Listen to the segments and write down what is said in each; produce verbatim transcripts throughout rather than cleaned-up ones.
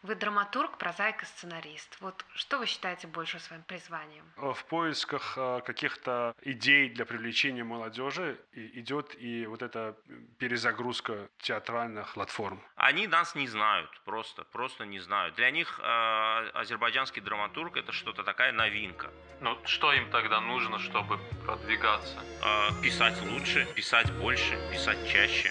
Вы драматург, прозаик и сценарист. Вот что вы считаете больше своим призванием? В поисках каких-то идей для привлечения молодежи идет и вот эта перезагрузка театральных платформ. Они нас не знают, просто, просто не знают. Для них э, азербайджанский драматург – это что-то такая новинка. Ну, что им тогда нужно, чтобы продвигаться? Э, писать лучше, писать больше, писать чаще.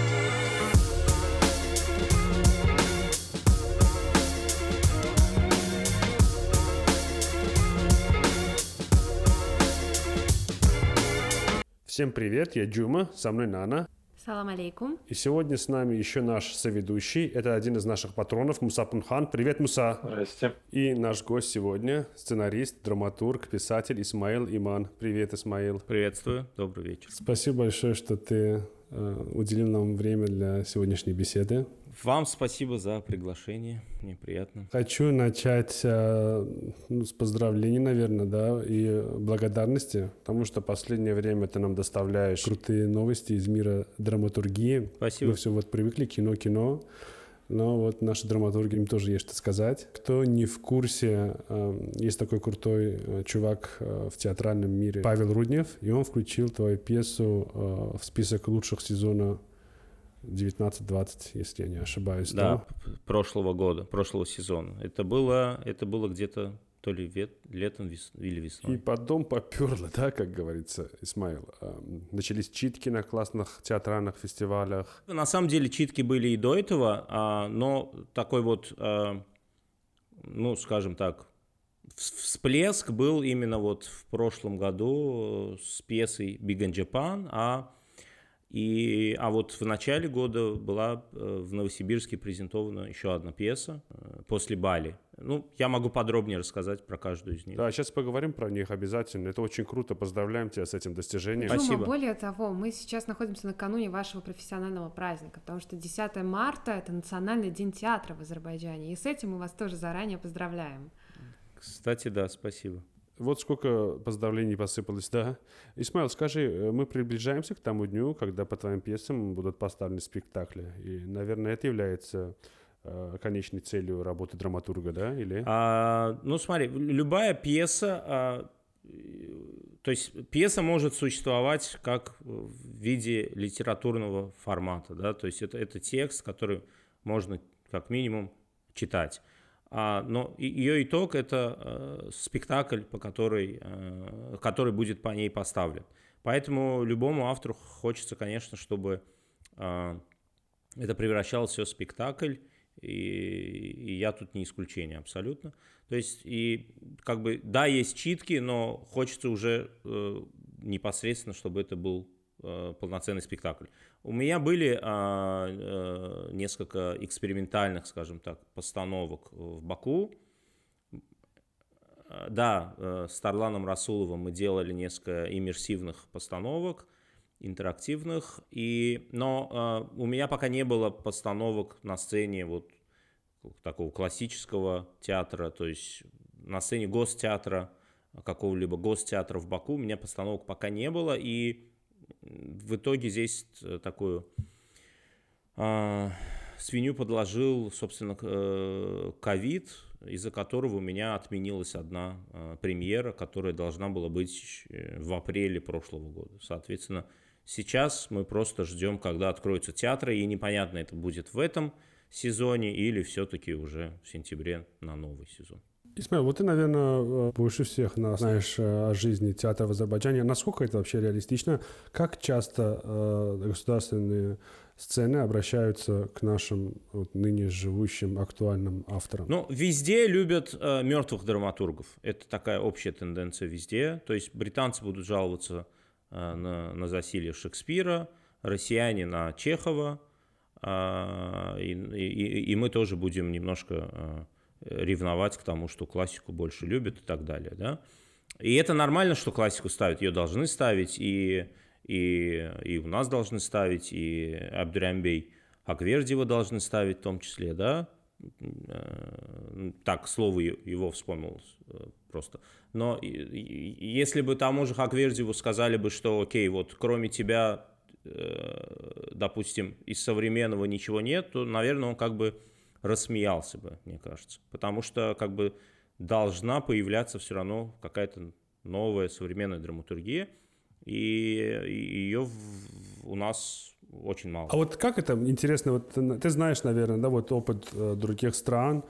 Всем привет, я Джума, со мной Нана. Салам алейкум. И сегодня с нами еще наш соведущий, это один из наших патронов, Муса Пунхан. Привет, Муса. Здрасте. И наш гость сегодня, сценарист, драматург, писатель Исмаил Иман. Привет, Исмаил. Приветствую, добрый вечер. Спасибо большое, что ты э, уделил нам время для сегодняшней беседы. Вам спасибо за приглашение, мне приятно. Хочу начать э, ну, с поздравлений, наверное, да, и благодарности, потому что в последнее время ты нам доставляешь крутые новости из мира драматургии. Спасибо. Мы все вот привыкли, кино-кино, но вот наши драматурги, им тоже есть что сказать. Кто не в курсе, э, есть такой крутой э, чувак э, в театральном мире, Павел Руднев, и он включил твою пьесу э, в список лучших сезона девятнадцать-двадцать, если я не ошибаюсь. Да, да, прошлого года, прошлого сезона. Это было, это было где-то то ли вет, летом вес, или весной. И потом поперло, да, как говорится, Исмаил. Начались читки на классных театральных фестивалях. На самом деле читки были и до этого, но такой вот, ну, скажем так, всплеск был именно вот в прошлом году с пьесой Big in Japan, а И, а вот в начале года была в Новосибирске презентована еще одна пьеса «После Бали». Ну, я могу подробнее рассказать про каждую из них. Да, сейчас поговорим про них обязательно. Это очень круто. Поздравляем тебя с этим достижением. Джума, Спасибо. Более того, мы сейчас находимся накануне вашего профессионального праздника, потому что десятое марта – это Национальный день театра в Азербайджане. И с этим мы вас тоже заранее поздравляем. Кстати, да, спасибо. Вот сколько поздравлений посыпалось, да. Исмаил, скажи, мы приближаемся к тому дню, когда по твоим пьесам будут поставлены спектакли. И, наверное, это является э, конечной целью работы драматурга, да? Или? А, ну, смотри, любая пьеса, а, то есть пьеса может существовать как в виде литературного формата, да, то есть это, это текст, который можно как минимум читать. А, но ее итог – это э, спектакль, по который, э, который будет по ней поставлен. Поэтому любому автору хочется, конечно, чтобы э, это превращалось все в спектакль, и, и я тут не исключение абсолютно. То есть, и как бы, да, есть читки, но хочется уже э, непосредственно, чтобы это был э, полноценный спектакль. У меня были а, а, несколько экспериментальных, скажем так, постановок в Баку. Да, с Тарланом Расуловым мы делали несколько иммерсивных постановок, интерактивных, и, но а, у меня пока не было постановок на сцене вот такого классического театра, то есть на сцене гостеатра, какого-либо гостеатра в Баку у меня постановок пока не было, и в итоге здесь такую э, свинью подложил, собственно, ковид, из-за которого у меня отменилась одна э, премьера, которая должна была быть в апреле прошлого года. Соответственно, сейчас мы просто ждем, когда откроются театры, и непонятно, это будет в этом сезоне или все-таки уже в сентябре на новый сезон. Исмаил, вот ты, наверное, больше всех знаешь о жизни театра в Азербайджане. Насколько это вообще реалистично? Как часто э, государственные сцены обращаются к нашим вот, ныне живущим актуальным авторам? Ну, везде любят э, мертвых драматургов. Это такая общая тенденция везде. То есть британцы будут жаловаться э, на, на засилие Шекспира, россияне на Чехова, э, и, и, и мы тоже будем немножко... Э, ревновать к тому, что классику больше любят и так далее, да. И это нормально, что классику ставят, ее должны ставить, и, и, и у нас должны ставить, и Абдурямбей Аквердиева должны ставить в том числе, да. Так, слово его вспомнил просто. Но если бы тому же Аквердиеву сказали бы, что окей, вот кроме тебя, допустим, из современного ничего нет, то, наверное, он как бы рассмеялся бы, мне кажется. Потому что как бы должна появляться все равно какая-то новая современная драматургия, и ее в, у нас очень мало. А вот как это, интересно, вот ты знаешь, наверное, да, вот опыт э, других стран,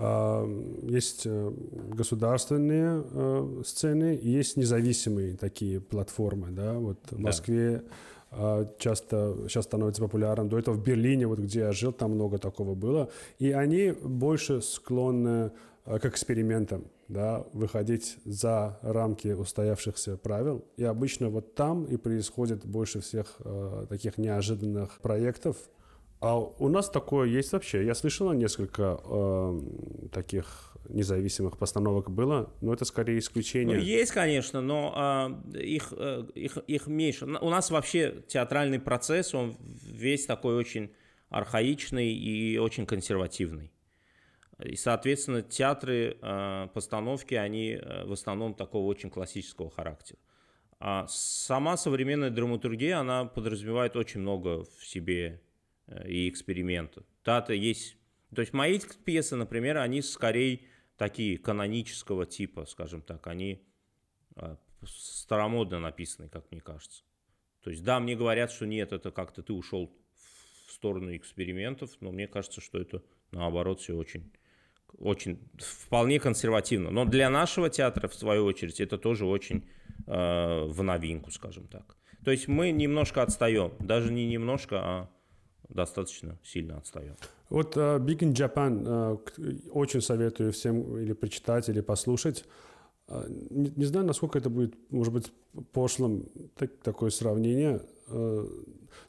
э, есть государственные э, сцены, и есть независимые такие платформы, да, вот в Да. Москве э, часто сейчас становится популярным, до этого в Берлине, вот где я жил, там много такого было, и они больше склонны э, к экспериментам, да, выходить за рамки устоявшихся правил. И обычно вот там и происходит больше всех э, таких неожиданных проектов. А у нас такое есть вообще. Я слышал несколько э, таких независимых постановок было, но это скорее исключение. Ну, есть, конечно, но э, их, э, их, их меньше. У нас вообще театральный процесс, он весь такой очень архаичный и очень консервативный. И, соответственно, театры, э, постановки, они э, в основном такого очень классического характера. А сама современная драматургия, она подразумевает очень много в себе э, и эксперимента. Да-то есть... То есть мои пьесы, например, они скорее такие канонического типа, скажем так. Они э, старомодно написаны, как мне кажется. То есть, да, мне говорят, что нет, это как-то ты ушел в сторону экспериментов, но мне кажется, что это, наоборот, все очень... очень вполне консервативно. Но для нашего театра, в свою очередь, это тоже очень э, в новинку, скажем так. То есть мы немножко отстаем. Даже не немножко, а достаточно сильно отстаем. Вот uh, Big in Japan uh, очень советую всем или прочитать, или послушать. Uh, не, не знаю, насколько это будет, может быть, пошлым так, такое сравнение, uh,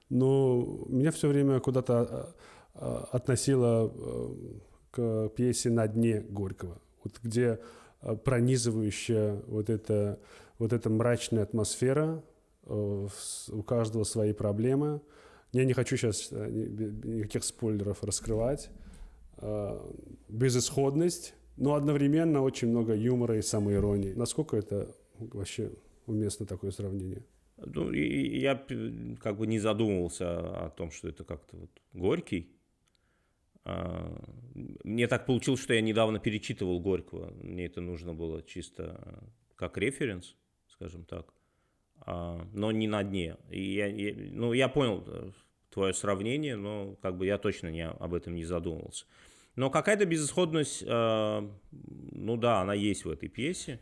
но меня все время куда-то uh, относило uh, к пьесе «На дне» Горького, вот где пронизывающая вот эта, вот эта мрачная атмосфера, у каждого свои проблемы. Я не хочу сейчас никаких спойлеров раскрывать. Безысходность, но одновременно очень много юмора и самоиронии. Насколько это вообще уместно, такое сравнение? Ну, я как бы не задумывался о том, что это как-то вот Горький. Мне так получилось, что я недавно перечитывал Горького. Мне это нужно было чисто как референс, скажем так, но не на дне. И я, я, ну, я понял твое сравнение, но как бы я точно не, об этом не задумывался. Но какая-то безысходность, ну да, она есть в этой пьесе.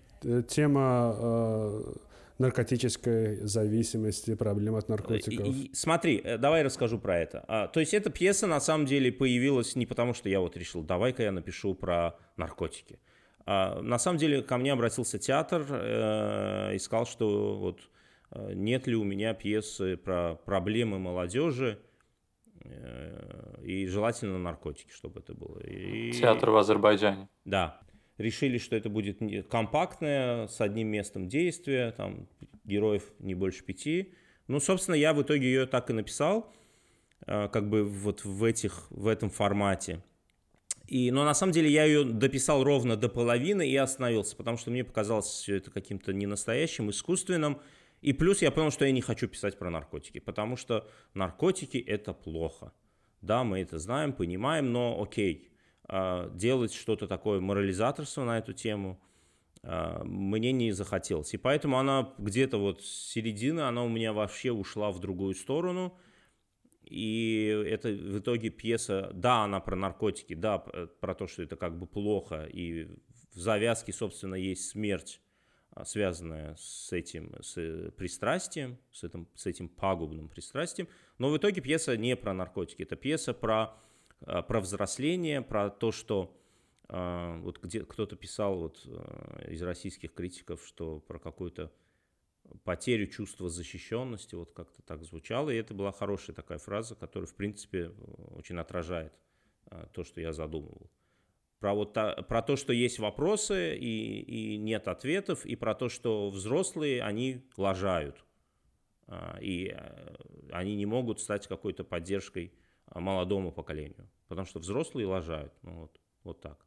Тема наркотической зависимости, проблем от наркотиков. И, смотри, давай расскажу про это. А, то есть эта пьеса на самом деле появилась не потому, что я вот решил, давай-ка я напишу про наркотики. А, на самом деле ко мне обратился театр э, и сказал, что вот нет ли у меня пьесы про проблемы молодежи э, и желательно наркотики, чтобы это было. И... Театр в Азербайджане. Да. Решили, что это будет компактное, с одним местом действия, там героев не больше пяти. Ну, собственно, я в итоге ее так и написал, как бы вот в, этих, в этом формате. И, но на самом деле я ее дописал ровно до половины и остановился, потому что мне показалось все это каким-то ненастоящим, искусственным. И плюс я понял, что я не хочу писать про наркотики, потому что наркотики – это плохо. Да, мы это знаем, понимаем, но окей. Делать что-то такое морализаторство на эту тему мне не захотелось. И поэтому она где-то вот с середины, она у меня вообще ушла в другую сторону. И это в итоге пьеса, да, она про наркотики, да, про то, что это как бы плохо. И в завязке, собственно, есть смерть, связанная с этим с пристрастием, с этим, с этим пагубным пристрастием. Но в итоге пьеса не про наркотики, это пьеса про... про взросление, про то, что э, вот где кто-то писал вот, э, из российских критиков, что про какую-то потерю чувства защищенности, вот как-то так звучало, и это была хорошая такая фраза, которая, в принципе, очень отражает э, то, что я задумывал. Про, вот та, про то, что есть вопросы и, и нет ответов, и про то, что взрослые, они лажают, э, и э, они не могут стать какой-то поддержкой молодому поколению, потому что взрослые лажают, ну вот, вот так.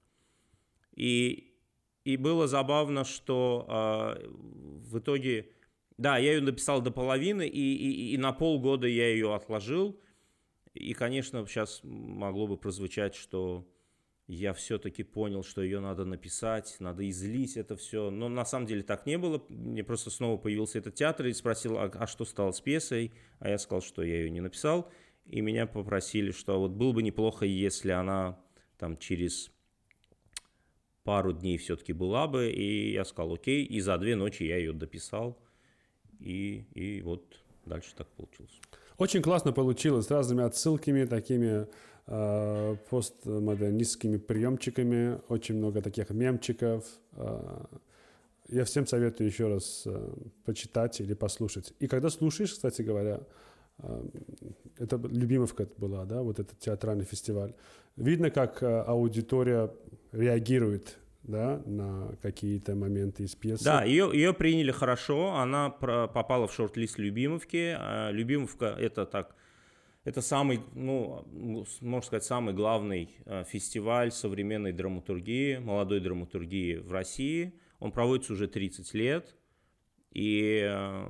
И, и было забавно, что э, в итоге, да, я ее написал до половины, и, и, и на полгода я ее отложил, и, конечно, сейчас могло бы прозвучать, что я все-таки понял, что ее надо написать, надо излить это все. Но на самом деле так не было. Мне просто снова появился этот театр и спросил, а, а что стало с пьесой? А я сказал, что я ее не написал. И меня попросили, что вот было бы неплохо, если она там через пару дней все-таки была бы. И я сказал, окей. И за две ночи я ее дописал. И, и вот дальше так получилось. Очень классно получилось, с разными отсылками, такими э, постмодернистскими приемчиками, очень много таких мемчиков. Э, я всем советую еще раз э, почитать или послушать. И когда слушаешь, кстати говоря, э, это Любимовка была, да, вот этот театральный фестиваль, видно, как э, аудитория реагирует, да, на какие-то моменты из пьесы. Да, ее, ее приняли хорошо, она про, попала в шорт-лист Любимовки. Любимовка — это так, это самый, ну, можно сказать, самый главный фестиваль современной драматургии, молодой драматургии в России. Он проводится уже тридцать лет, и,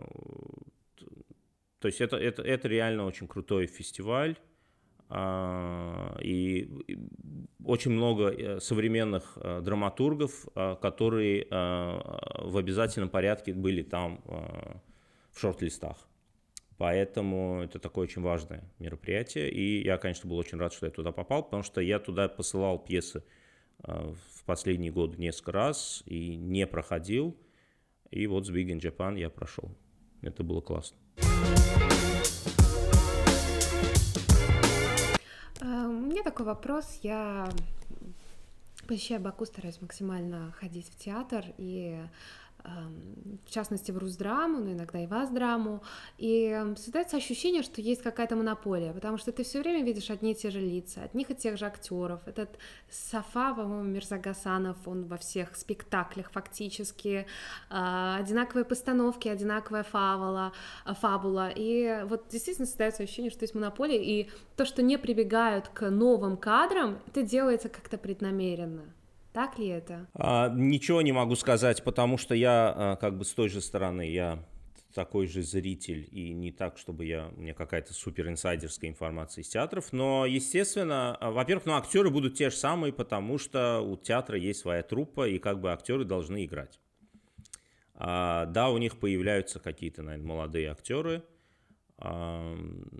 то есть это, это, это реально очень крутой фестиваль. И очень много современных драматургов, которые в обязательном порядке были там в шорт-листах. Поэтому это такое очень важное мероприятие. И я, конечно, был очень рад, что я туда попал, потому что я туда посылал пьесы в последние годы несколько раз и не проходил. И вот с Big in Japan я прошел. Это было классно. У меня такой вопрос. Я, посещая Баку, стараюсь максимально ходить в театр, и в частности в Русдраму, но иногда и в Аздраму, и создается ощущение, что есть какая-то монополия, потому что ты все время видишь одни и те же лица, одних и тех же актеров. Этот Сафа, по-моему, Мирзагасанов, он во всех спектаклях фактически, одинаковые постановки, одинаковая фабула, фабула, и вот действительно создается ощущение, что есть монополия, и то, что не прибегают к новым кадрам, это делается как-то преднамеренно. Так ли это? А, ничего не могу сказать, потому что я а, как бы с той же стороны, я такой же зритель, и не так, чтобы я, у меня какая-то супер инсайдерская информация из театров, но, естественно, во-первых, ну, актеры будут те же самые, потому что у театра есть своя труппа, и как бы актеры должны играть. А, да, у них появляются какие-то, наверное, молодые актеры. А,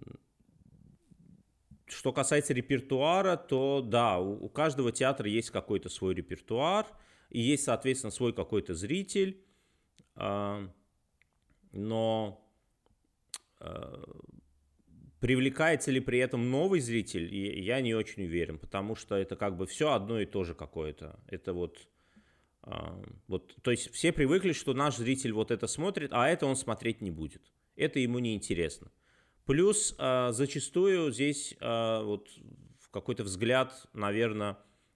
Что касается репертуара, то да, у каждого театра есть какой-то свой репертуар, и есть, соответственно, свой какой-то зритель, но привлекается ли при этом новый зритель, я не очень уверен, потому что это как бы все одно и то же какое-то. Это вот, вот, то есть все привыкли, что наш зритель вот это смотрит, а это он смотреть не будет. Это ему не интересно. Плюс э, зачастую здесь э, вот какой-то взгляд, наверное,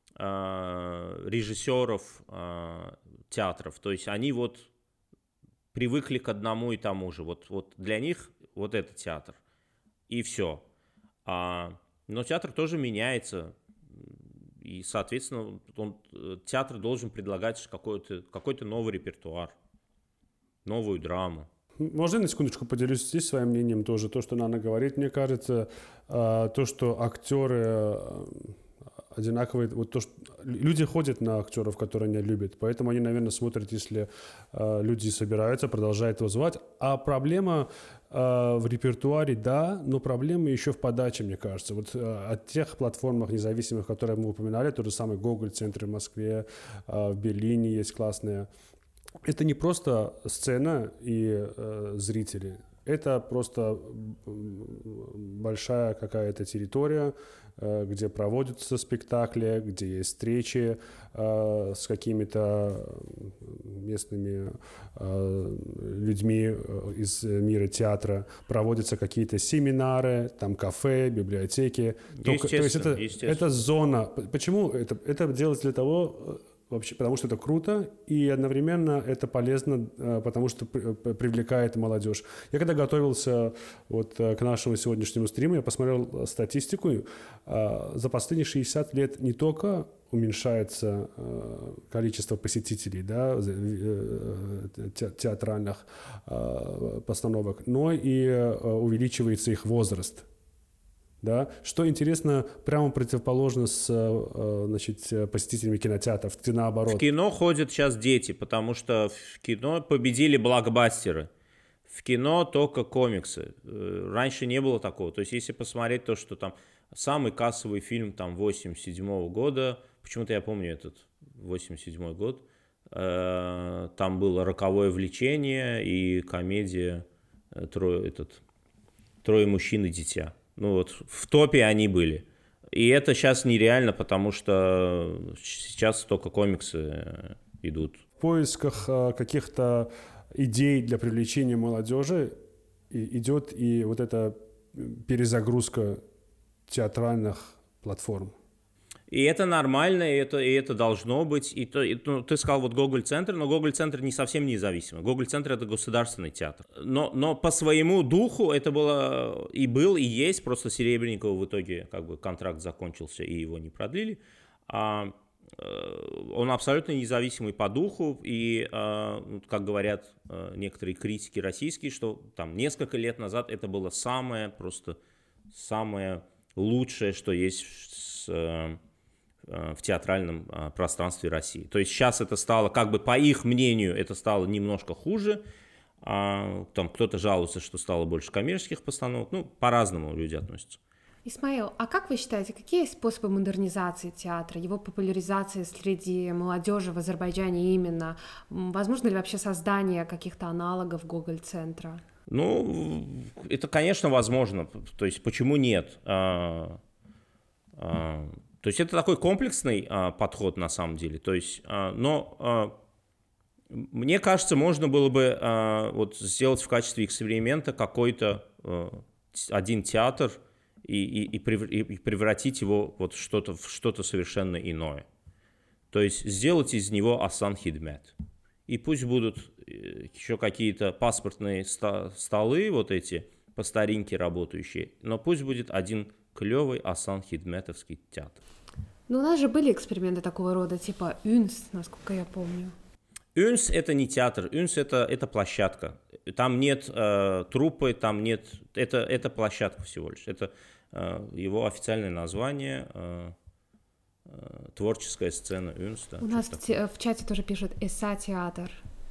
э, режиссеров э, театров. То есть они вот привыкли к одному и тому же. Вот, вот для них вот это театр. И все. А, но театр тоже меняется. И, соответственно, он, театр должен предлагать какой-то, какой-то новый репертуар, новую драму. Можно на секундочку поделюсь здесь своим мнением тоже? То, что Нана говорит, мне кажется, то, что актеры одинаковые, вот то, что люди ходят на актеров, которые они любят, поэтому они, наверное, смотрят, если люди собираются, продолжают его звать. А проблема в репертуаре, да, но проблема еще в подаче, мне кажется. Вот от тех платформах независимых, которые мы упоминали, тот же самый Гоголь-центр в Москве, в Берлине есть классные. Это не просто сцена и э, зрители, это просто большая какая-то территория, э, где проводятся спектакли, где есть встречи э, с какими-то местными э, людьми из мира театра, проводятся какие-то семинары, там кафе, библиотеки. Только, то есть это, это зона. Почему это, это делать для того... Вообще, потому что это круто, и одновременно это полезно, потому что привлекает молодежь. Я когда готовился вот к нашему сегодняшнему стриму, я посмотрел статистику. За последние шестьдесят лет не только уменьшается количество посетителей, да, театральных постановок, но и увеличивается их возраст. Да? Что интересно, прямо противоположно с значит, посетителями кинотеатров, где наоборот. В кино ходят сейчас дети, потому что в кино победили блокбастеры. В кино только комиксы. Раньше не было такого. То есть, если посмотреть то, что там самый кассовый фильм там восемьдесят седьмого года, почему-то я помню этот восемьдесят седьмой год, э, там было «Роковое влечение» и комедия «Трое, этот, «Трое мужчин и дитя». Ну вот в топе они были. И это сейчас нереально, потому что сейчас только комиксы идут. В поисках каких-то идей для привлечения молодежи идет и вот эта перезагрузка театральных платформ. И это нормально, и это, и это должно быть. И то, и, ну, ты сказал вот Гоголь-центр, но Гоголь-центр не совсем независимый. Гоголь-центр — это государственный театр. Но, но по своему духу это было и был, и есть. Просто Серебренникову в итоге как бы контракт закончился, и его не продлили. А, он абсолютно независимый по духу. И, а, как говорят некоторые критики российские, что там несколько лет назад это было самое, просто самое лучшее, что есть в, в театральном пространстве России. То есть сейчас это стало, как бы по их мнению, это стало немножко хуже. Там кто-то жалуется, что стало больше коммерческих постановок. Ну, по-разному люди относятся. Исмаил, а как вы считаете, какие есть способы модернизации театра, его популяризации среди молодежи в Азербайджане именно? Возможно ли вообще создание каких-то аналогов Гоголь-центра? Ну, это, конечно, возможно. То есть, почему нет? А, а, то есть, это такой комплексный а, подход на самом деле. То есть, а, но а, мне кажется, можно было бы а, вот сделать в качестве эксперимента какой-то а, один театр и, и, и превратить его вот в что-то, в что-то совершенно иное. То есть, сделать из него Асан Хидмет. И пусть будут еще какие-то паспортные столы, вот эти по старинке работающие, но пусть будет один клевый Асан Хидметовский театр. Ну, у нас же были эксперименты такого рода, типа Юнс, насколько я помню. Юнс — это не театр, Юнс — это, это площадка. Там нет э, труппы, там нет... Это, это площадка всего лишь. Это э, его официальное название... Э, творческая сцена Юнс. Да, у нас в, те, в чате тоже пишут «Эса-театр».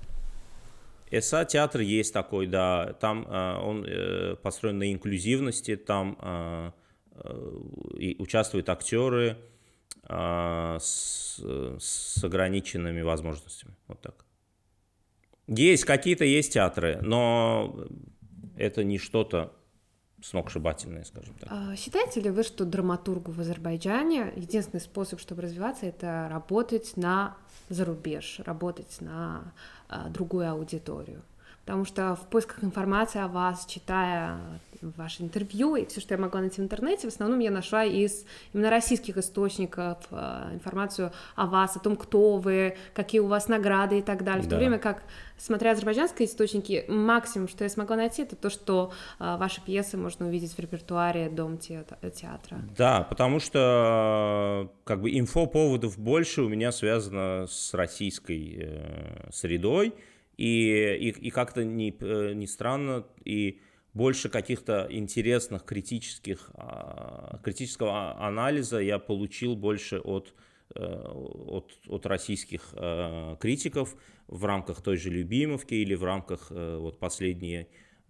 Эса-театр есть такой, да. Там э, он э, построен на инклюзивности, там э, э, и участвуют актеры э, с, с ограниченными возможностями. Вот так. Есть, какие-то есть театры, но это не что-то сногсшибательное, скажем так. А считаете ли вы, что драматургу в Азербайджане единственный способ, чтобы развиваться, это работать на зарубеж, работать на а, другую аудиторию? Потому что в поисках информации о вас, читая ваше интервью и все, что я могла найти в интернете, в основном я нашла из именно российских источников э, информацию о вас, о том, кто вы, какие у вас награды и так далее. В да. то время как, смотря азербайджанские источники, максимум, что я смогла найти, это то, что э, ваши пьесы можно увидеть в репертуаре Дом театра. Да, потому что как бы инфоповодов больше у меня связано с российской э, средой. И, и, и как-то не, не странно, и больше каких-то интересных критических, критического анализа я получил больше от, от, от российских критиков в рамках той же «Любимовки» или в рамках вот, последние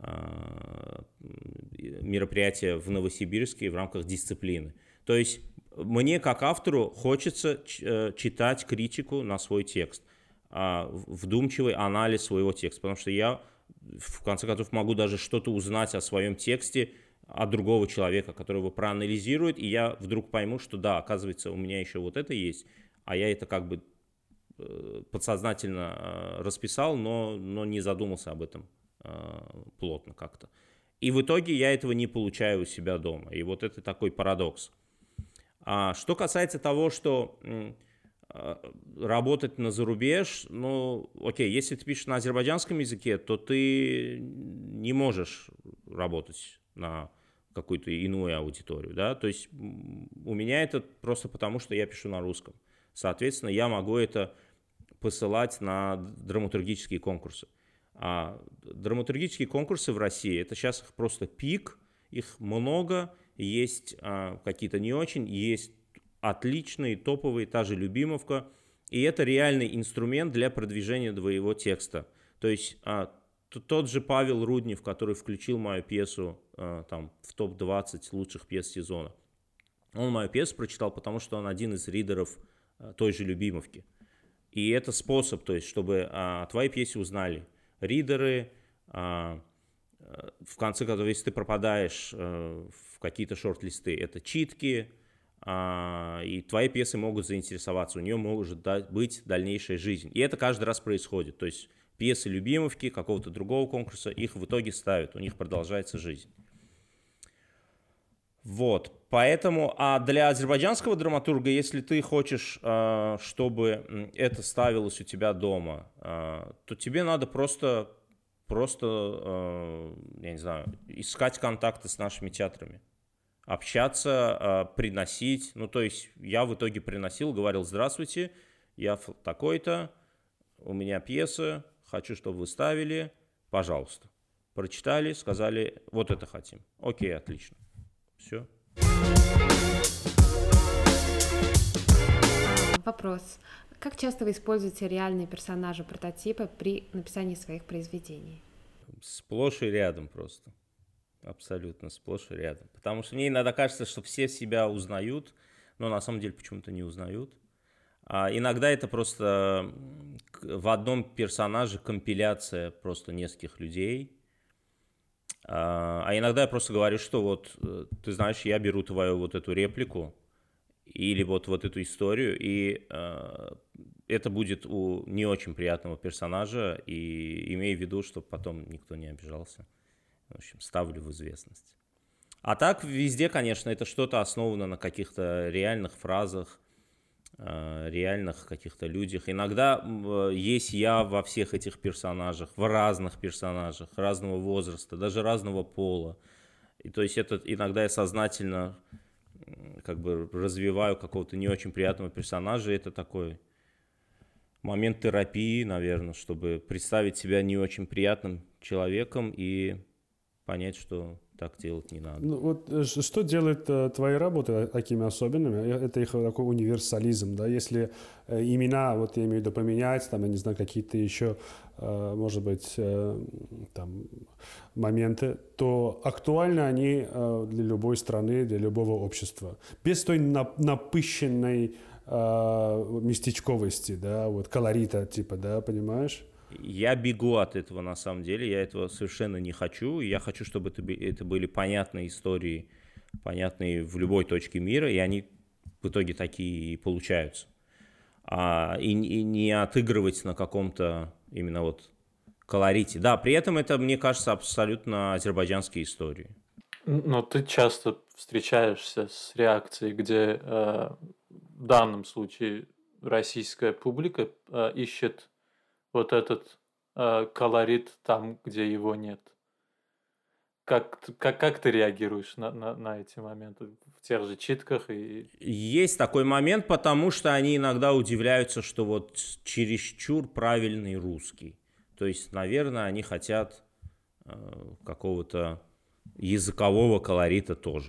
мероприятия в Новосибирске в рамках «Дисциплины». То есть мне как автору хочется читать критику на свой текст. Вдумчивый анализ своего текста, потому что я, в конце концов, могу даже что-то узнать о своем тексте от другого человека, который его проанализирует, и я вдруг пойму, что да, оказывается, у меня еще вот это есть, а я это как бы подсознательно расписал, но, но не задумался об этом плотно как-то. И в итоге я этого не получаю у себя дома, и вот это такой парадокс. А что касается того, что... работать на зарубеж, ну, окей, если ты пишешь на азербайджанском языке, то ты не можешь работать на какую-то иную аудиторию, да, то есть у меня это просто потому, что я пишу на русском. Соответственно, я могу это посылать на драматургические конкурсы. А драматургические конкурсы в России, это сейчас их просто пик, их много, есть а, какие-то не очень, есть отличные, топовые, та же Любимовка. И это реальный инструмент для продвижения твоего текста. То есть а, тот же Павел Руднев, который включил мою пьесу а, там, в топ двадцать лучших пьес сезона, он мою пьесу прочитал, потому что он один из ридеров а, той же Любимовки. И это способ, то есть, чтобы а, о твоей пьесе узнали ридеры. А, в конце концов, если ты пропадаешь а, в какие-то шорт-листы, это читки, а, и твои пьесы могут заинтересоваться, у нее может быть дальнейшая жизнь. И это каждый раз происходит. То есть пьесы Любимовки, какого-то другого конкурса, их в итоге ставят, у них продолжается жизнь. Вот, поэтому, а для азербайджанского драматурга, если ты хочешь, чтобы это ставилось у тебя дома, то тебе надо просто, просто, я не знаю, искать контакты с нашими театрами, общаться, приносить. Ну, то есть я в итоге приносил, говорил: здравствуйте, я такой-то, у меня пьеса, хочу, чтобы вы ставили, пожалуйста. Прочитали, сказали: вот это хотим. Окей, отлично. Все. Вопрос. Как часто вы используете реальные персонажи прототипа при написании своих произведений? Сплошь и рядом просто. Абсолютно сплошь и рядом. Потому что мне иногда кажется, что все себя узнают, но на самом деле почему-то не узнают. А иногда это просто в одном персонаже компиляция просто нескольких людей. А иногда я просто говорю, что вот, ты знаешь, я беру твою вот эту реплику или вот, вот эту историю, и э, это будет у не очень приятного персонажа, и имею в виду, чтобы потом никто не обижался. В общем, ставлю в известность. А так везде, конечно, это что-то основано на каких-то реальных фразах, э, реальных каких-то людях. Иногда э, есть я во всех этих персонажах, в разных персонажах, разного возраста, даже разного пола. И то есть это иногда я сознательно как бы развиваю какого-то не очень приятного персонажа. Это такой момент терапии, наверное, чтобы представить себя не очень приятным человеком и понять, что так делать не надо. Ну, вот что делает э, твои работы такими особенными? Это их такой универсализм, да? Если э, имена, вот я имею в виду поменять, там, я не знаю, какие-то еще, э, может быть, э, там, моменты, то актуальны они э, для любой страны, для любого общества. Без той нап- напыщенной э, местечковости, да, вот колорита, типа, да, понимаешь? Я бегу от этого, на самом деле, я этого совершенно не хочу. Я хочу, чтобы это, это были понятные истории, понятные в любой точке мира, и они в итоге такие и получаются. А, и, и не отыгрывать на каком-то именно вот колорите. Да, при этом это, мне кажется, абсолютно азербайджанские истории. Но ты часто встречаешься с реакцией, где э, в данном случае российская публика э, ищет вот этот э, колорит там, где его нет. Как, как, как ты реагируешь на, на, на эти моменты в тех же читках? И... Есть такой момент, потому что они иногда удивляются, что вот чересчур правильный русский. То есть, наверное, они хотят э, какого-то языкового колорита тоже.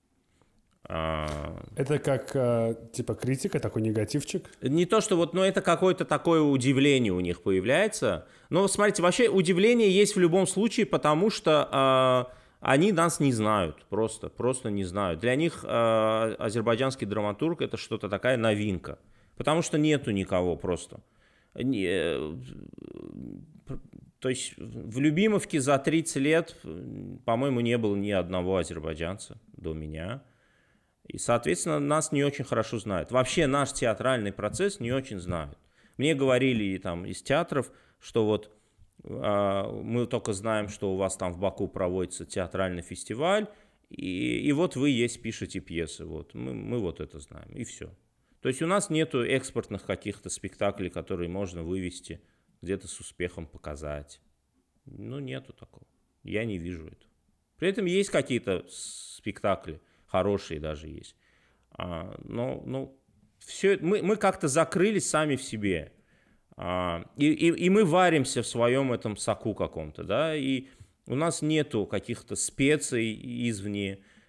Это как, типа, критика, такой негативчик? Не то, что вот, но это какое-то такое удивление у них появляется. Но, смотрите, вообще удивление есть в любом случае, потому что э, они нас не знают, просто, просто не знают. Для них э, азербайджанский драматург — это что-то такая новинка, потому что нету никого просто. Не, э, то есть в Любимовке за тридцать лет, по-моему, не было ни одного азербайджанца до меня. И, соответственно, нас не очень хорошо знают. Вообще наш театральный процесс не очень знают. Мне говорили там из театров, что вот э, мы только знаем, что у вас там в Баку проводится театральный фестиваль, и, и вот вы есть пишете пьесы. Вот. Мы, мы вот это знаем, и все. То есть у нас нету экспортных каких-то спектаклей, которые можно вывести, где-то с успехом показать. Ну, нету такого. Я не вижу этого. При этом есть какие-то спектакли, хорошие даже есть. А, но ну, все, мы, мы как-то закрылись сами в себе. А, и, и, и мы варимся в своем этом соку каком-то, да, и у нас нету каких-то специй извне,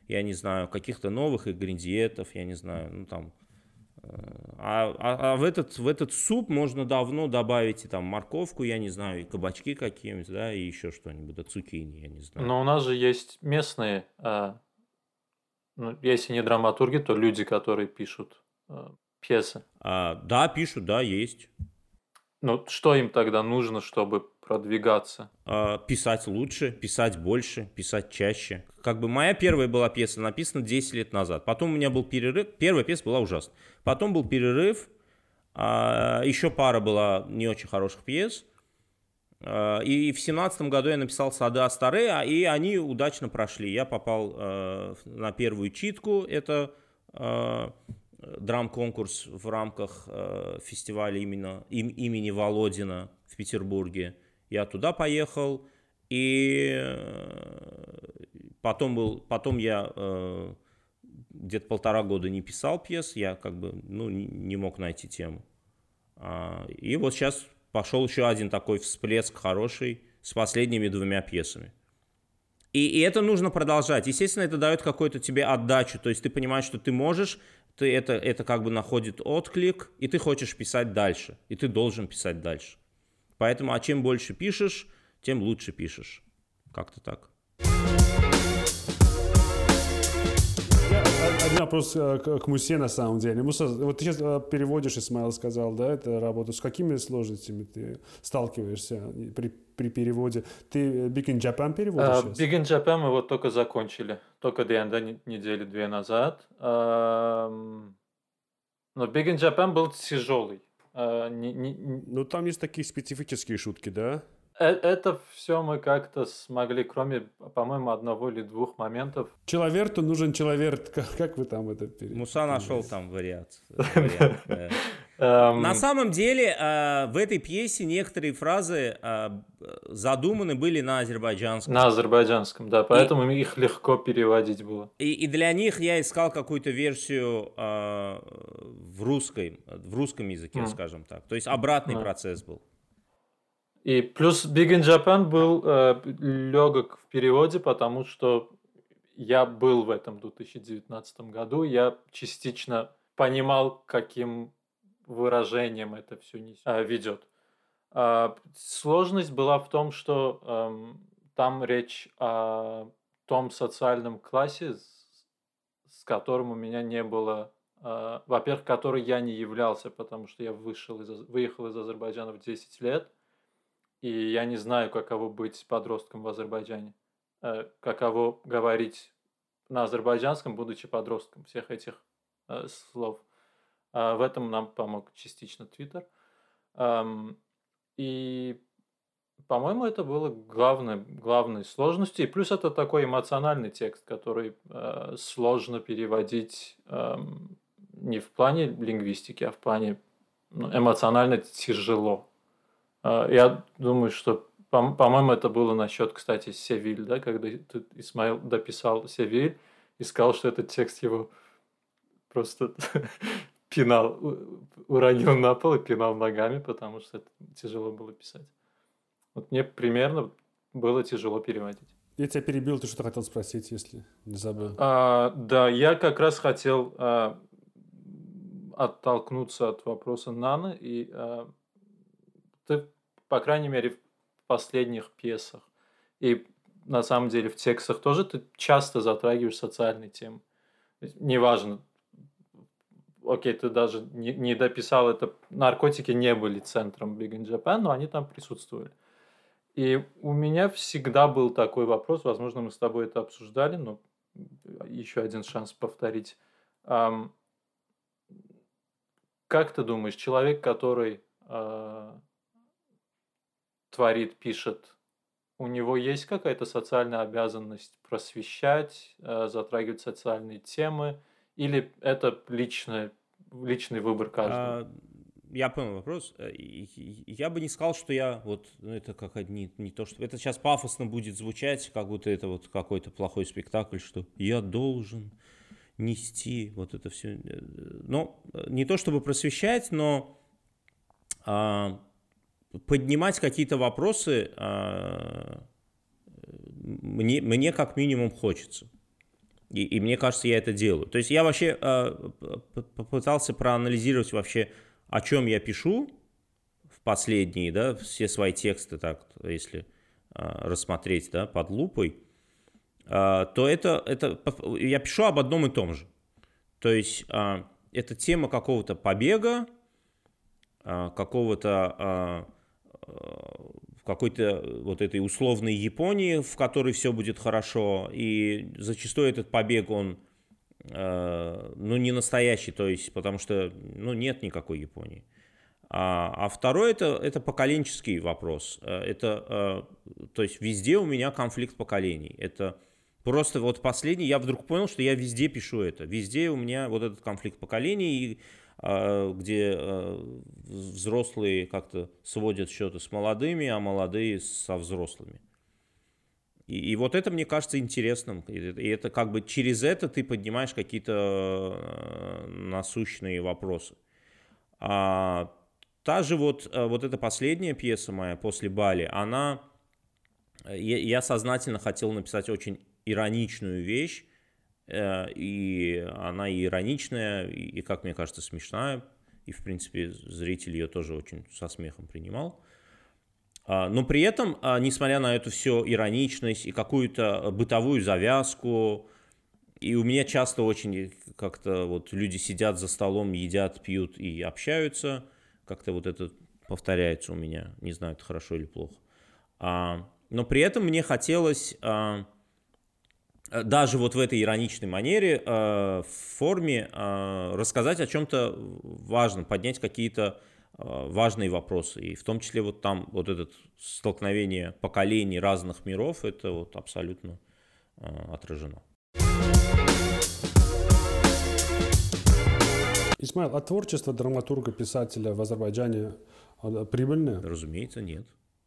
я не знаю, каких-то новых ингредиентов, я не знаю, ну там. А, а, а в, этот, в этот суп можно давно добавить и там морковку, я не знаю, и кабачки какие-нибудь, да, и еще что-нибудь, да, цукини, я не знаю. Но у нас же есть местные, а, ну, если не драматурги, то люди, которые пишут а, пьесы. А, да, пишут, да, есть. Ну, что им тогда нужно, чтобы продвигаться? А, писать лучше, писать больше, писать чаще. Как бы моя первая была пьеса написана десять лет назад. Потом у меня был перерыв. Первая пьеса была ужасна. Потом был перерыв. А, еще пара была не очень хороших пьес. А, и в семнадцатом году я написал «Сады Астаре», и они удачно прошли. Я попал а, на первую читку. Это а, драм-конкурс в рамках а, фестиваля именно, им, имени Володина в Петербурге. Я туда поехал, и потом, был, потом я э, где-то полтора года не писал пьес, я как бы ну, не мог найти тему. А, и вот сейчас пошел еще один такой всплеск хороший с последними двумя пьесами. И, и это нужно продолжать. Естественно, это дает какую-то тебе отдачу, то есть ты понимаешь, что ты можешь, ты это, это как бы находит отклик, и ты хочешь писать дальше, и ты должен писать дальше. Поэтому, а чем больше пишешь, тем лучше пишешь. Как-то так. Один вопрос к Мусе на самом деле. Муса, вот ты сейчас переводишь, Исмаил сказал, да, это работу. С какими сложностями ты сталкиваешься при, при переводе? Ты Big in Japan переводишь uh, сейчас? Big in Japan мы вот только закончили. Только да, недели две назад. Uh, но Big in Japan был тяжелый. Uh, не, не, ну, там есть такие специфические шутки, да? Это все мы как-то смогли, кроме, по-моему, одного или двух моментов. Человерту нужен человек. Как, как вы там это переводите? Муса нашел там вариант. На самом деле, в этой пьесе некоторые фразы задуманы были на азербайджанском. На азербайджанском, да, поэтому их легко переводить было. И для них я искал какую-то версию в русской, в русском языке, скажем так. То есть обратный процесс был. И плюс Big in Japan был э, легок в переводе, потому что я был в этом две тысячи девятнадцатом году, я частично понимал, каким выражением это все э, ведет. Э, сложность была в том, что э, там речь о том социальном классе, с, с которым у меня не было, э, во-первых, который я не являлся, потому что я вышел из, выехал из Азербайджана в десять лет. И я не знаю, каково быть подростком в Азербайджане. Каково говорить на азербайджанском, будучи подростком, всех этих э, слов. В этом нам помог частично Твиттер. И, по-моему, это было главной, главной сложностью. И плюс это такой эмоциональный текст, который э, сложно переводить э, не в плане лингвистики, а в плане ну, эмоционально тяжело. Я думаю, что, по-моему, это было насчет, кстати, Севиль, да, когда Исмаил дописал Севиль и сказал, что этот текст его просто пинал, уронил на пол и пинал ногами, потому что это тяжело было писать. Вот мне примерно было тяжело переводить. Я тебя перебил, ты что-то хотел спросить, если не забыл. А, да, я как раз хотел а, оттолкнуться от вопроса Наны и... А, ты, по крайней мере, в последних пьесах и на самом деле в текстах тоже ты часто затрагиваешь социальные темы. Неважно, окей, ты даже не, не дописал это, наркотики не были центром Big in Japan, но они там присутствовали. И у меня всегда был такой вопрос, возможно, мы с тобой это обсуждали, но еще один шанс повторить. Как ты думаешь, человек, который... творит, пишет, у него есть какая-то социальная обязанность просвещать, э, затрагивать социальные темы, или это личное, личный выбор каждого? А, я понял вопрос. Я бы не сказал, что я вот, ну это как не, не то, что... Это сейчас пафосно будет звучать, как будто это вот какой-то плохой спектакль, что я должен нести вот это все. Но не то, чтобы просвещать, но... А, поднимать какие-то вопросы а, мне, мне как минимум хочется. И, и мне кажется, я это делаю. То есть я вообще э, попытался проанализировать вообще, о чем я пишу в последние, да, все свои тексты, так, если э, рассмотреть, да, под лупой, э, то это, это я пишу об одном и том же. То есть э, это тема какого-то побега, э, какого-то э, какой-то вот этой условной Японии, в которой все будет хорошо, и зачастую этот побег, он, э, ну, не настоящий, то есть, потому что, ну, нет никакой Японии. А, а второй, это, это поколенческий вопрос. Это, э, то есть, везде у меня конфликт поколений. Это просто вот последний, я вдруг понял, что я везде пишу это. Везде у меня вот этот конфликт поколений, и где взрослые как-то сводят счеты с молодыми, а молодые со взрослыми. И, и вот это, мне кажется, интересным. И это как бы через это ты поднимаешь какие-то насущные вопросы. А та же вот, вот эта последняя пьеса моя после Бали, она... Я, я сознательно хотел написать очень ироничную вещь, и она и ироничная, и, как мне кажется, смешная, и, в принципе, зритель ее тоже очень со смехом принимал. Но при этом, несмотря на эту всю ироничность и какую-то бытовую завязку, и у меня часто очень как-то вот люди сидят за столом, едят, пьют и общаются, как-то вот это повторяется у меня, не знаю, это хорошо или плохо. Но при этом мне хотелось... даже вот в этой ироничной манере, э, в форме, э, рассказать о чем-то важном, поднять какие-то э, важные вопросы. И в том числе вот там вот это столкновение поколений разных миров, это вот абсолютно э, отражено. Исмаил, а творчество драматурга, писателя в Азербайджане прибыльное? Разумеется, нет.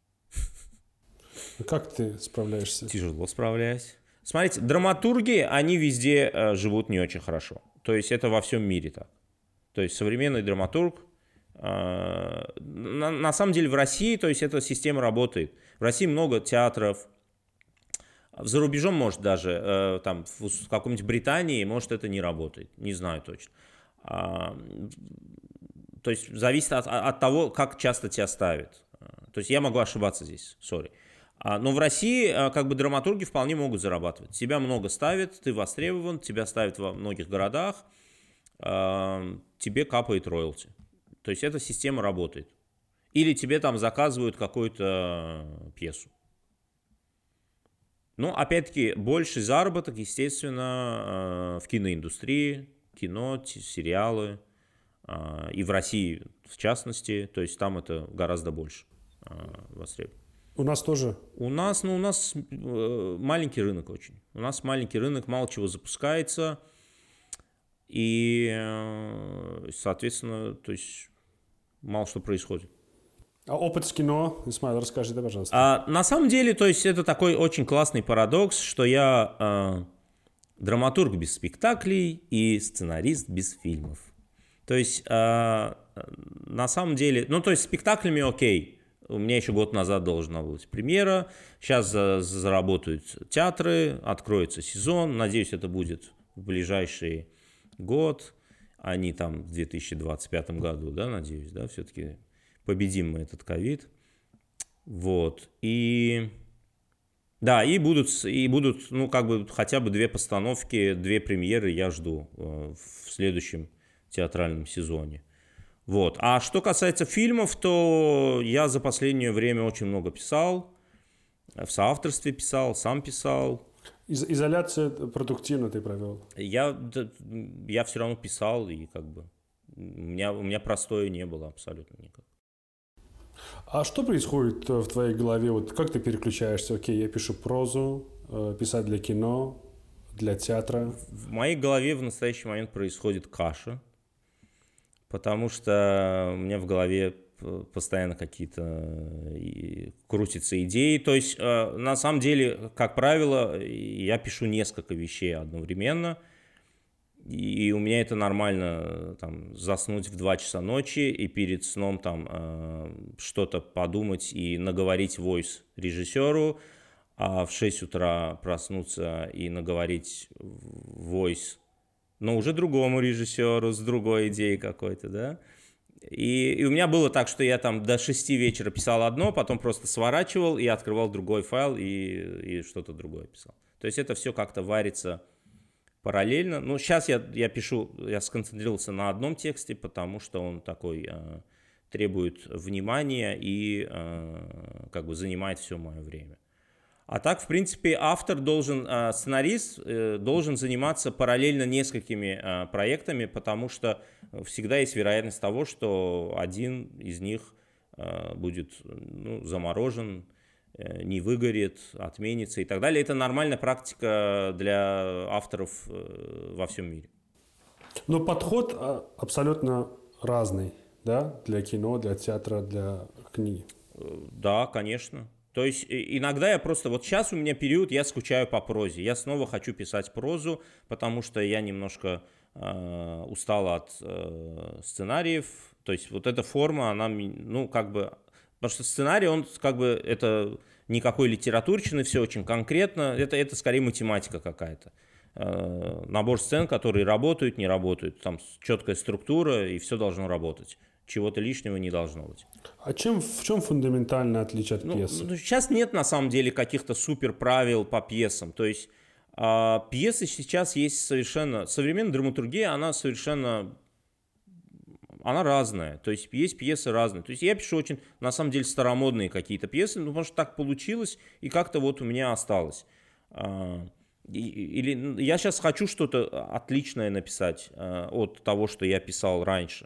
Как ты справляешься? Тяжело справляюсь. Смотрите, драматурги, они везде э, живут не очень хорошо. То есть это во всем мире так. То есть современный драматург, э, на, на самом деле в России, то есть эта система работает. В России много театров. За рубежом, может, даже, э, там, в, в каком-нибудь Британии, может, это не работает. Не знаю точно. А, то есть зависит от, от того, как часто тебя ставят. То есть я могу ошибаться здесь, сори. Но в России как бы драматурги вполне могут зарабатывать. Тебя много ставят, ты востребован, тебя ставят во многих городах, тебе капает роялти. То есть эта система работает. Или тебе там заказывают какую-то пьесу. Ну, опять-таки, больший заработок, естественно, в киноиндустрии, кино, сериалы, и в России в частности, то есть там это гораздо больше востребовано. У нас тоже? У нас, ну, у нас э, маленький рынок очень. У нас маленький рынок, мало чего запускается. И, э, соответственно, то есть мало что происходит. А опыт с кино? Исмаил, расскажи, да, пожалуйста. А, на самом деле, то есть это такой очень классный парадокс, что я э, драматург без спектаклей и сценарист без фильмов. То есть, э, на самом деле, ну, то есть спектаклями окей. У меня еще год назад должна быть премьера. Сейчас заработают театры, откроется сезон. Надеюсь, это будет в ближайший год, а не там в две тысячи двадцать пятом году, да, надеюсь, да, все-таки победим мы этот ковид. Вот. И да, и будут, и будут, ну, как бы хотя бы две постановки, две премьеры я жду в следующем театральном сезоне. Вот. А что касается фильмов, то я за последнее время очень много писал, в соавторстве писал, сам писал. Из- изоляция продуктивно ты провел? Я, я все равно писал, и как бы у меня, у меня простоя не было абсолютно никак. А что происходит в твоей голове? Вот как ты переключаешься? Окей, я пишу прозу, писать для кино, для театра. В моей голове в настоящий момент происходит каша. Потому что у меня в голове постоянно какие-то крутятся идеи. То есть, на самом деле, как правило, я пишу несколько вещей одновременно. И у меня это нормально, там, заснуть в два часа ночи и перед сном там что-то подумать и наговорить войс режиссеру. а в шесть утра проснуться и наговорить voice, но уже другому режиссеру с другой идеей какой-то, да. И, и у меня было так, что я там до шести вечера писал одно, потом просто сворачивал и открывал другой файл и, и что-то другое писал. То есть это все как-то варится параллельно. Ну, сейчас я, я пишу, я сконцентрировался на одном тексте, потому что он такой э, требует внимания и э, как бы занимает все мое время. А так, в принципе, автор должен, э, сценарист э, должен заниматься параллельно несколькими э, проектами, потому что всегда есть вероятность того, что один из них э, будет ну, заморожен, э, не выгорит, отменится и так далее. Это нормальная практика для авторов э, во всем мире. Но подход абсолютно разный, да, для кино, для театра, для книги. Да, конечно. То есть иногда я просто, вот сейчас у меня период, я скучаю по прозе, я снова хочу писать прозу, потому что я немножко э, устал от э, сценариев, то есть вот эта форма, она, ну, как бы, потому что сценарий, он как бы, это никакой литературщины, все очень конкретно, это, это скорее математика какая-то. Э, набор сцен, которые работают, не работают, там четкая структура, и все должно работать. Чего-то лишнего не должно быть. А чем, в чем фундаментально отличие от ну, пьесы? Ну, сейчас нет на самом деле каких-то супер правил по пьесам. То есть э, пьесы сейчас есть совершенно... Современная драматургия, она совершенно... Она разная. То есть есть пьесы разные. То есть я пишу очень, на самом деле, старомодные какие-то пьесы, ну, потому что так получилось, и как-то вот у меня осталось. Э, или я сейчас хочу что-то отличное написать э, от того, что я писал раньше.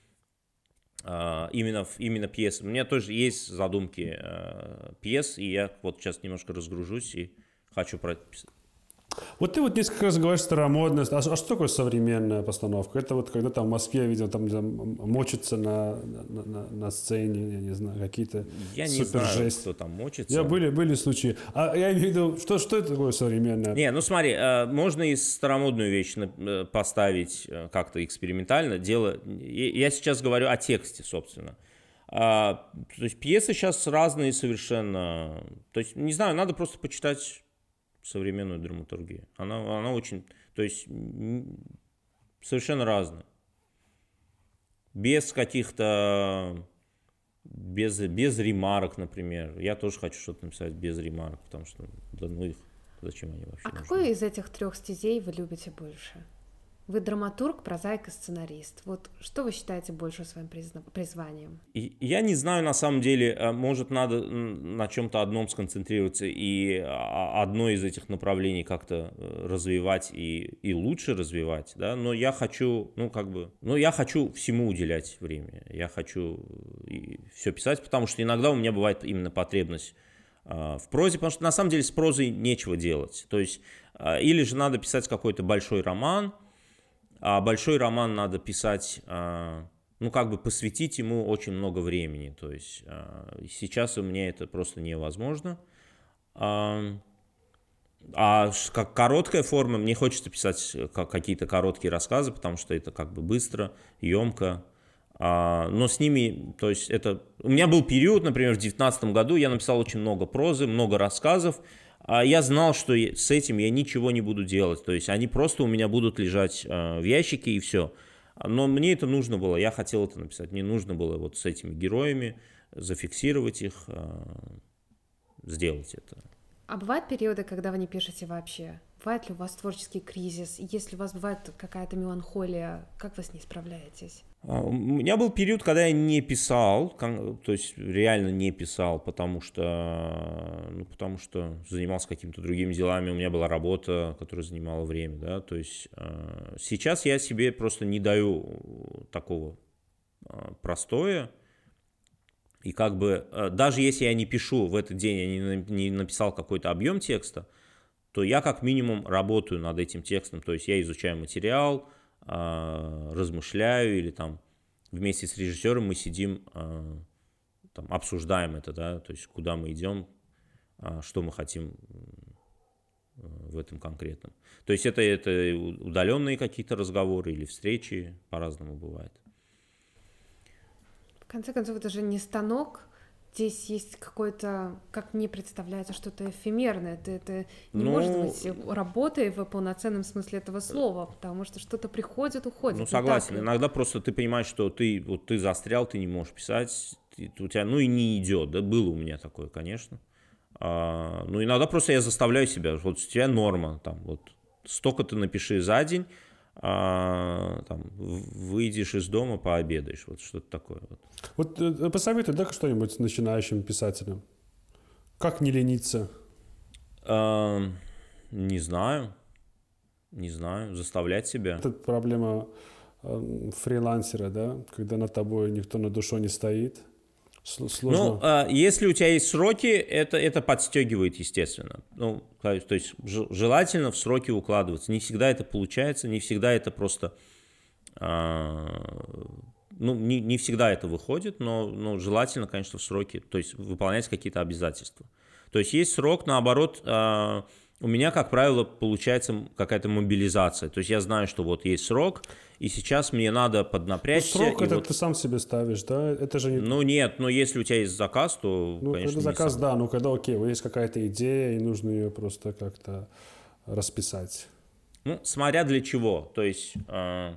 Uh, именно, именно пьесы. У меня тоже есть задумки uh, пьес, и я вот сейчас немножко разгружусь и хочу про это писать. Вот ты вот несколько раз говоришь старомодность. А, а что такое современная постановка? Это вот когда там в Москве, видел, там, там мочится на, на, на, на сцене, я не знаю, какие-то Я не знаю, жесть. кто там мочится. Я, были, были случаи. А я имею в виду, что, что это такое современное? Не, ну смотри, можно и старомодную вещь поставить как-то экспериментально. Дело, я сейчас говорю о тексте, собственно. То есть пьесы сейчас разные совершенно. То есть, не знаю, надо просто почитать современную драматургию. Она, она очень, то есть совершенно разная. Без каких-то, без, без ремарок, например. Я тоже хочу что-то написать без ремарок, потому что, да ну их, зачем они вообще А нужны? какой из этих трех стезей вы любите больше? Вы драматург, прозаик и сценарист. Вот что вы считаете больше своим призна... призванием? И, я не знаю, на самом деле, может, надо на чем-то одном сконцентрироваться и одно из этих направлений как-то развивать и, и лучше развивать, да, но я хочу, ну, как бы, ну, я хочу всему уделять время, я хочу все писать, потому что иногда у меня бывает именно потребность в прозе, потому что, на самом деле, с прозой нечего делать, то есть, или же надо писать какой-то большой роман, а большой роман надо писать, ну, как бы посвятить ему очень много времени. То есть сейчас у меня это просто невозможно. А как короткая форма, мне хочется писать какие-то короткие рассказы, потому что это как бы быстро, емко. Но с ними, то есть это... У меня был период, например, в две тысячи девятнадцатом году я написал очень много прозы, много рассказов. А я знал, что с этим я ничего не буду делать. То есть они просто у меня будут лежать в ящике и все. Но мне это нужно было, я хотел это написать. Мне нужно было вот с этими героями зафиксировать их, сделать это. А бывают периоды, когда вы не пишете вообще? Бывает ли у вас творческий кризис? Если у вас бывает какая-то меланхолия, как вы с ней справляетесь? У меня был период, когда я не писал, то есть реально не писал, потому что, ну, потому что занимался какими-то другими делами, у меня была работа, которая занимала время, да, то есть сейчас я себе просто не даю такого простоя, и как бы даже если я не пишу в этот день, я не написал какой-то объем текста, то я как минимум работаю над этим текстом, то есть я изучаю материал, размышляю или там вместе с режиссером мы сидим, там, обсуждаем это, да, то есть куда мы идем, что мы хотим в этом конкретном. То есть это, это удаленные какие-то разговоры или встречи, по-разному бывает. В конце концов, это же не станок, здесь есть какое-то, как мне представляется, что-то эфемерное. Это, это не Ну, может быть работой в полноценном смысле этого слова, потому что что-то приходит, уходит. Ну, не согласен. так ли? Иногда просто ты понимаешь, что ты, вот, ты застрял, ты не можешь писать, ты- у тебя, ну, и не идет. Да, было у меня такое, конечно. А, ну, иногда просто я заставляю себя, вот у тебя норма, там, вот, столько ты напиши за день, а, там, в- выйдешь из дома, пообедаешь, вот что-то такое. Вот. Вот э, посоветуй, да, что-нибудь начинающим писателям. Как не лениться? А, не знаю, не знаю, заставлять себя. Это проблема э, фрилансера, да, когда над тобой никто над душой не стоит. Сл- Сложно. Ну, а, если у тебя есть сроки, это, это подстегивает, естественно. Ну, то есть, то есть ж- желательно в сроки укладываться. Не всегда это получается, не всегда это просто... а, ну, не, не всегда это выходит, но, но желательно, конечно, в сроки, то есть выполнять какие-то обязательства. То есть есть срок, наоборот, а, у меня, как правило, получается какая-то мобилизация. То есть я знаю, что вот есть срок, и сейчас мне надо Ну, поднапрячься. срок и это вот- ты сам себе ставишь, да? Это же не... Ну нет, но если у тебя есть заказ, то, Ну, конечно, это не заказ, сам. да, но когда, окей, вот есть какая-то идея, и нужно ее просто как-то расписать. Ну, смотря для чего. То есть, э,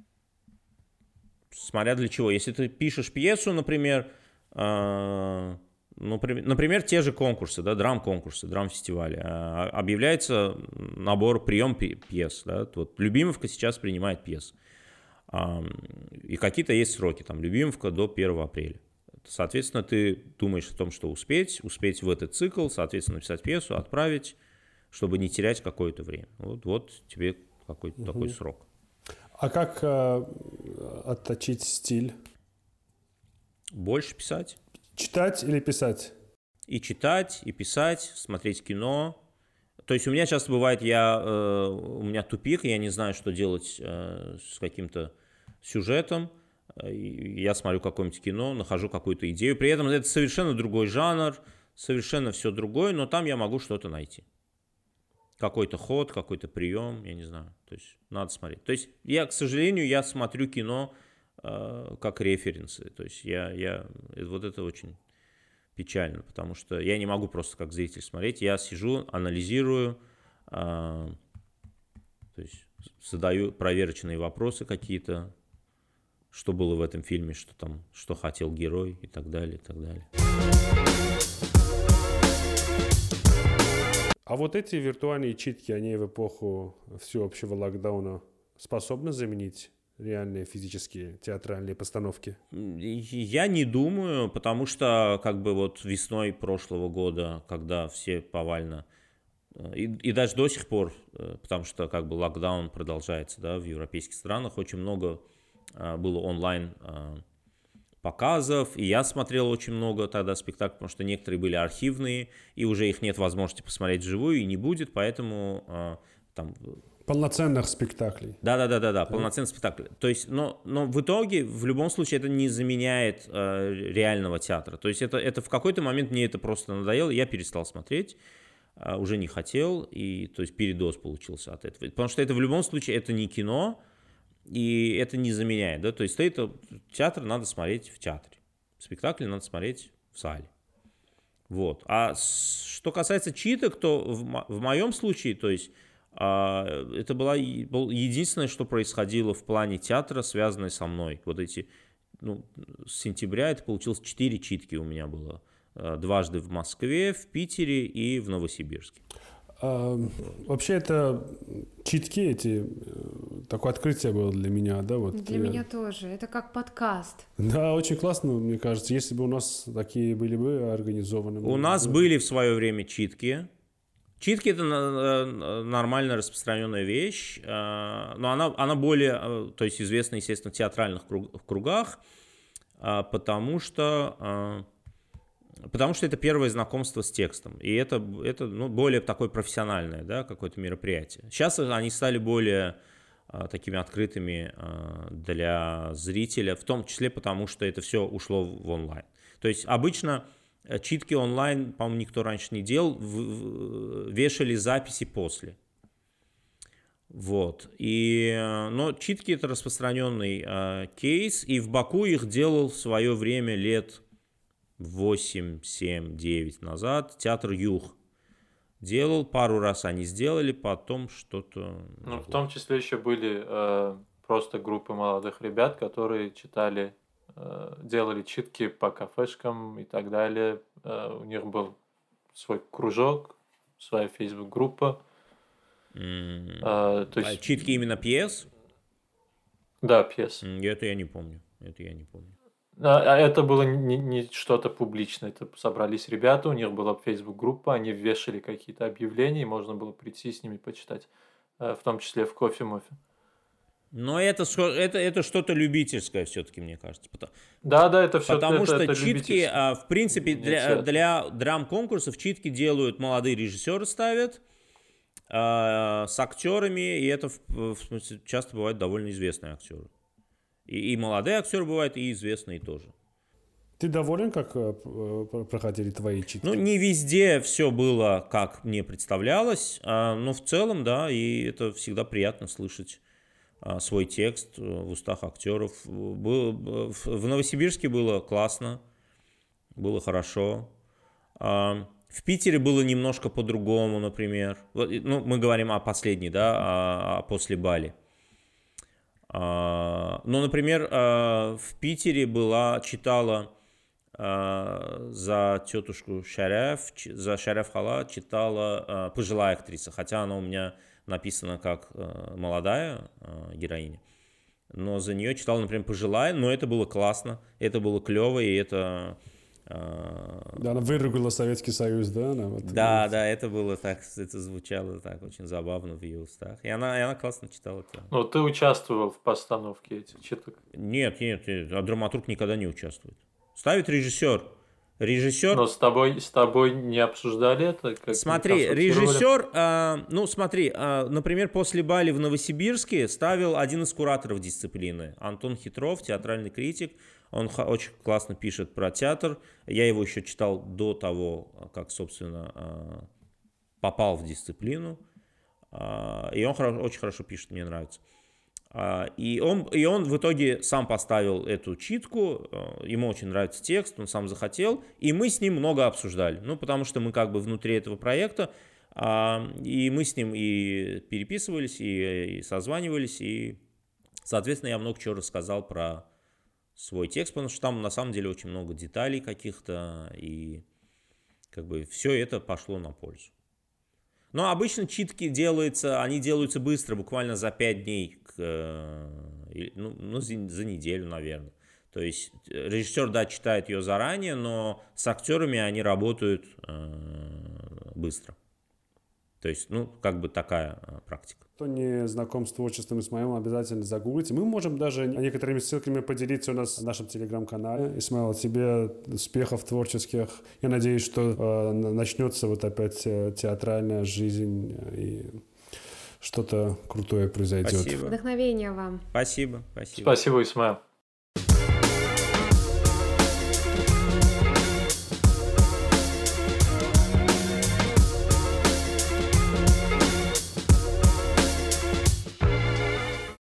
смотря для чего. Если ты пишешь пьесу, например, э, ну, при- например, те же конкурсы, да, драм-конкурсы, драм-фестивали, э, объявляется набор, прием пи- пьес. Да, вот Любимовка сейчас принимает пьес. А, и какие-то есть сроки, там, Любимовка до первого апреля. Соответственно, ты думаешь о том, что успеть, успеть в этот цикл, соответственно, написать пьесу, отправить, чтобы не терять какое-то время. Вот, вот тебе какой-то Мгм. такой срок. А как э, отточить стиль? Больше писать. Читать или писать? И читать, и писать, смотреть кино. То есть у меня часто бывает, я, э, у меня тупик, я не знаю, что делать э, с каким-то сюжетом. Э, и я смотрю какое-нибудь кино, нахожу какую-то идею. При этом это совершенно другой жанр, совершенно все другое, но там я могу что-то найти. Какой-то ход, какой-то прием, я не знаю. То есть надо смотреть. То есть я, к сожалению, я смотрю кино э, как референсы. То есть я, я, вот это очень печально, потому что я не могу просто как зритель смотреть. Я сижу, анализирую, э, то есть задаю проверочные вопросы какие-то, что было в этом фильме, что там, что хотел герой и так далее, и так далее. А вот эти виртуальные читки, они в эпоху всеобщего локдауна способны заменить реальные физические театральные постановки? Я не думаю, потому что как бы вот весной прошлого года, когда все повально, и, и даже до сих пор, потому что как бы локдаун продолжается, да, в европейских странах, очень много а, было онлайн а, показов, и я смотрел очень много тогда спектаклей, потому что некоторые были архивные, и уже их нет возможности посмотреть вживую, и не будет, поэтому а, там... Полноценных спектаклей. Да-да-да-да, полноценный спектакль. То есть, но, но в итоге, в любом случае, это не заменяет э, реального театра. То есть это, это в какой-то момент мне это просто надоело, я перестал смотреть, э, уже не хотел, и то есть передоз получился от этого. Потому что это в любом случае, это не кино, и это не заменяет, да, то есть это, театр надо смотреть в театре, спектакль надо смотреть в зале. Вот. А с, что касается читок, то в, в моем случае, то есть а, это была, был единственное, что происходило в плане театра, связанное со мной. Вот эти, ну, с сентября это получилось четыре читки у меня было. Дважды в Москве, в Питере и в Новосибирске. А, вообще это читки эти, такое открытие было для меня, да? Вот, Для я... меня тоже. Это как подкаст. Да, очень классно, мне кажется. Если бы у нас такие были бы организованы. У нас были в свое время читки. Читки — это нормально распространенная вещь, но она, она более, то есть известна, естественно, в театральных кругах, потому что, потому что это первое знакомство с текстом, и это, это ну, более такое профессиональное, да, какое-то мероприятие. Сейчас они стали более такими открытыми для зрителя, в том числе потому, что это все ушло в онлайн. То есть обычно... Читки онлайн, по-моему, никто раньше не делал, вешали записи после. Вот. И, но читки — это распространенный э, кейс, и в Баку их делал в свое время лет восемь, семь, девять назад театр Юг делал. Пару раз они сделали, потом что-то... Ну, в том числе еще были э, просто группы молодых ребят, которые читали, э, делали читки по кафешкам и так далее. Э, у них был свой кружок, своя фейсбук-группа. Mm. Э, то есть... А читки именно пьес? Да, пьес. Это я не помню. Это я не помню. А это было не, не что-то публичное. Это собрались ребята, у них была фейсбук-группа, они вешали какие-то объявления, и можно было прийти с ними почитать, в том числе в кофе-мофе. Но это, это, это что-то любительское все-таки, мне кажется. Да, да, это все. Потому это, что это читки, в принципе, для, для драм-конкурсов читки делают молодые режиссеры, ставят с актерами, и это в смысле, часто бывают довольно известные актеры. И, и молодые актеры бывают, и известные тоже. Ты доволен, как проходили твои читки? Ну, не везде все было, как мне представлялось, но в целом, да, и это всегда приятно слышать свой текст в устах актеров. В Новосибирске было классно, было хорошо. В Питере было немножко по-другому, например. Ну, мы говорим о последней, да, о после Бали. Но, например, в Питере была, читала за тетушку Шареф, за Шареф Хала читала пожилая актриса, хотя она у меня написана как молодая героиня. Но за нее читала, например, пожилая, но это было классно, это было клево, и это... Да, она выругала Советский Союз, да? Она вот да, говорит. Да, это было так, это звучало так очень забавно в ее устах. И она, и она классно читала. Ну, ты участвовал в постановке этих читок? Нет, нет, нет, а драматург никогда не участвует. Ставит режиссер. Режиссер... Но с тобой, с тобой не обсуждали это? Как смотри, режиссер, э, ну смотри, э, например, после Бали в Новосибирске ставил один из кураторов дисциплины, Антон Хитров, театральный критик. Он очень классно пишет про театр. Я его еще читал до того, как, собственно, попал в дисциплину. И он очень хорошо пишет, мне нравится. И он, и он в итоге сам поставил эту читку. Ему очень нравится текст, он сам захотел. И мы с ним много обсуждали. Ну, потому что мы как бы внутри этого проекта. И мы с ним и переписывались, и, и созванивались. И, соответственно, я много чего рассказал про... свой текст, потому что там на самом деле очень много деталей каких-то, и как бы все это пошло на пользу. Но обычно читки делаются, они делаются быстро, буквально за пять дней, к, ну, ну, за неделю, наверное. То есть режиссер, да, читает ее заранее, но с актерами они работают э, быстро. То есть, ну, как бы такая э, практика. Кто не знаком с творчеством Исмаила, обязательно загуглите. Мы можем даже некоторыми ссылками поделиться у нас в нашем телеграм-канале. Исмаил, тебе успехов творческих. Я надеюсь, что э, начнется вот опять театральная жизнь и что-то крутое произойдет. Спасибо. Вдохновения вам. Спасибо. Спасибо. Спасибо, Исмаил.